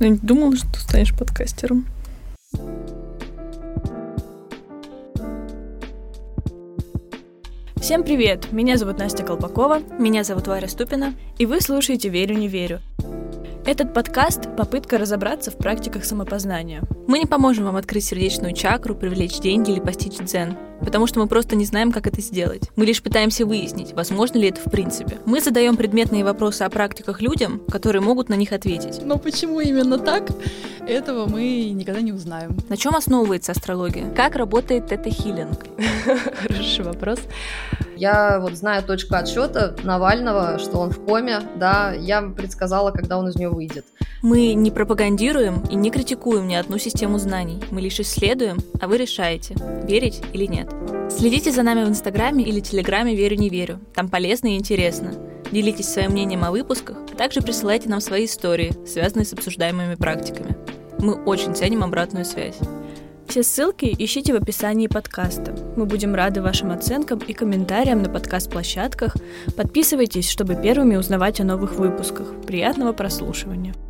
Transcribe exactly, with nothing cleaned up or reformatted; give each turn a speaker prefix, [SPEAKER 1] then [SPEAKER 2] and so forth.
[SPEAKER 1] когда-нибудь думала, что станешь подкастером? Всем привет! Меня зовут Настя Колпакова,
[SPEAKER 2] меня зовут Варя Ступина,
[SPEAKER 1] и вы слушаете «Верю, не верю». Этот подкаст — попытка разобраться в практиках самопознания.
[SPEAKER 2] Мы не поможем вам открыть сердечную чакру, привлечь деньги или постичь дзен, потому что мы просто не знаем, как это сделать. Мы лишь пытаемся выяснить, возможно ли это в принципе. Мы задаем предметные вопросы о практиках людям, которые могут на них ответить.
[SPEAKER 1] Но почему именно так, этого мы никогда не узнаем.
[SPEAKER 2] На чем основывается астрология? Как работает тета-хилинг?
[SPEAKER 3] Хороший вопрос. Я вот знаю точку отсчета Навального, что он в коме, да, я предсказала, когда он из нее выйдет.
[SPEAKER 2] Мы не пропагандируем и не критикуем ни одну систему знаний. Мы лишь исследуем, а вы решаете, верить или нет. Следите за нами в Инстаграме или Телеграме «Верю, не верю». Там полезно и интересно. Делитесь своим мнением о выпусках, а также присылайте нам свои истории, связанные с обсуждаемыми практиками. Мы очень ценим обратную связь.
[SPEAKER 1] Все ссылки ищите в описании подкаста. Мы будем рады вашим оценкам и комментариям на подкаст-площадках. Подписывайтесь, чтобы первыми узнавать о новых выпусках. Приятного прослушивания!